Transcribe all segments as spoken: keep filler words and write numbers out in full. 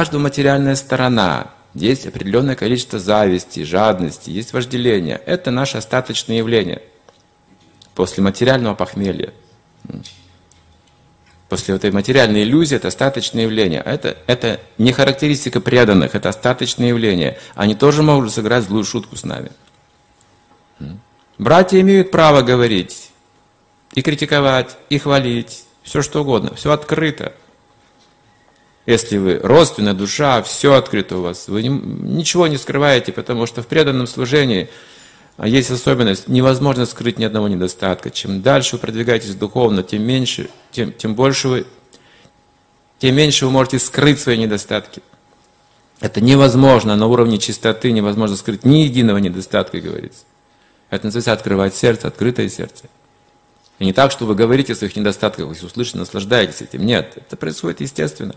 каждого материальная сторона. Есть определенное количество зависти, жадности, есть вожделение. Это наши остаточные явления. После материального похмелья. После этой материальной иллюзии это остаточные явления. Это, это не характеристика преданных, это остаточные явления. Они тоже могут сыграть злую шутку с нами. Братья имеют право говорить, и критиковать, и хвалить, все что угодно, все открыто. Если вы родственная душа, все открыто у вас, вы не, ничего не скрываете, потому что в преданном служении есть особенность, невозможно скрыть ни одного недостатка. Чем дальше вы продвигаетесь духовно, тем меньше, тем, тем больше вы, тем меньше вы можете скрыть свои недостатки. Это невозможно, на уровне чистоты невозможно скрыть ни единого недостатка, говорится. Это называется открывать сердце, открытое сердце. И не так, что вы говорите о своих недостатках, вы услышите, наслаждаетесь этим. Нет, это происходит естественно.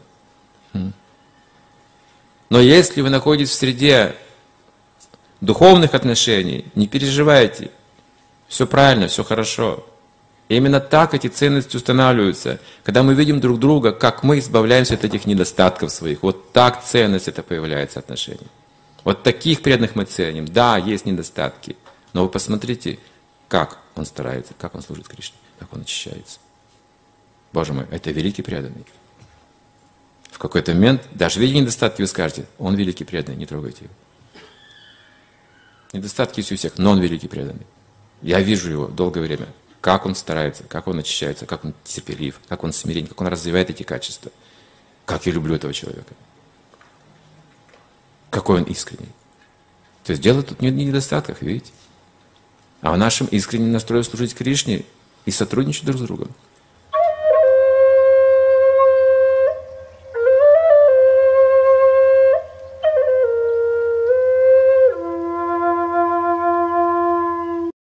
Но если вы находитесь в среде духовных отношений, не переживайте. Все правильно, все хорошо. И именно так эти ценности устанавливаются. Когда мы видим друг друга, как мы избавляемся от этих недостатков своих. Вот так ценность это появляется отношений. Вот таких преданных мы ценим. Да, есть недостатки. Но вы посмотрите, как он старается, как он служит Кришне, как он очищается. Боже мой, это великий преданный. В какой-то момент, даже видя недостатки, вы скажете, он великий преданный, не трогайте его. Недостатки есть у всех, но он великий преданный. Я вижу его долгое время, как он старается, как он очищается, как он терпелив, как он смирен, как он развивает эти качества. Как я люблю этого человека. Какой он искренний. То есть дело тут не в недостатках, видите? А в нашем искреннем настрое служить Кришне и сотрудничать друг с другом.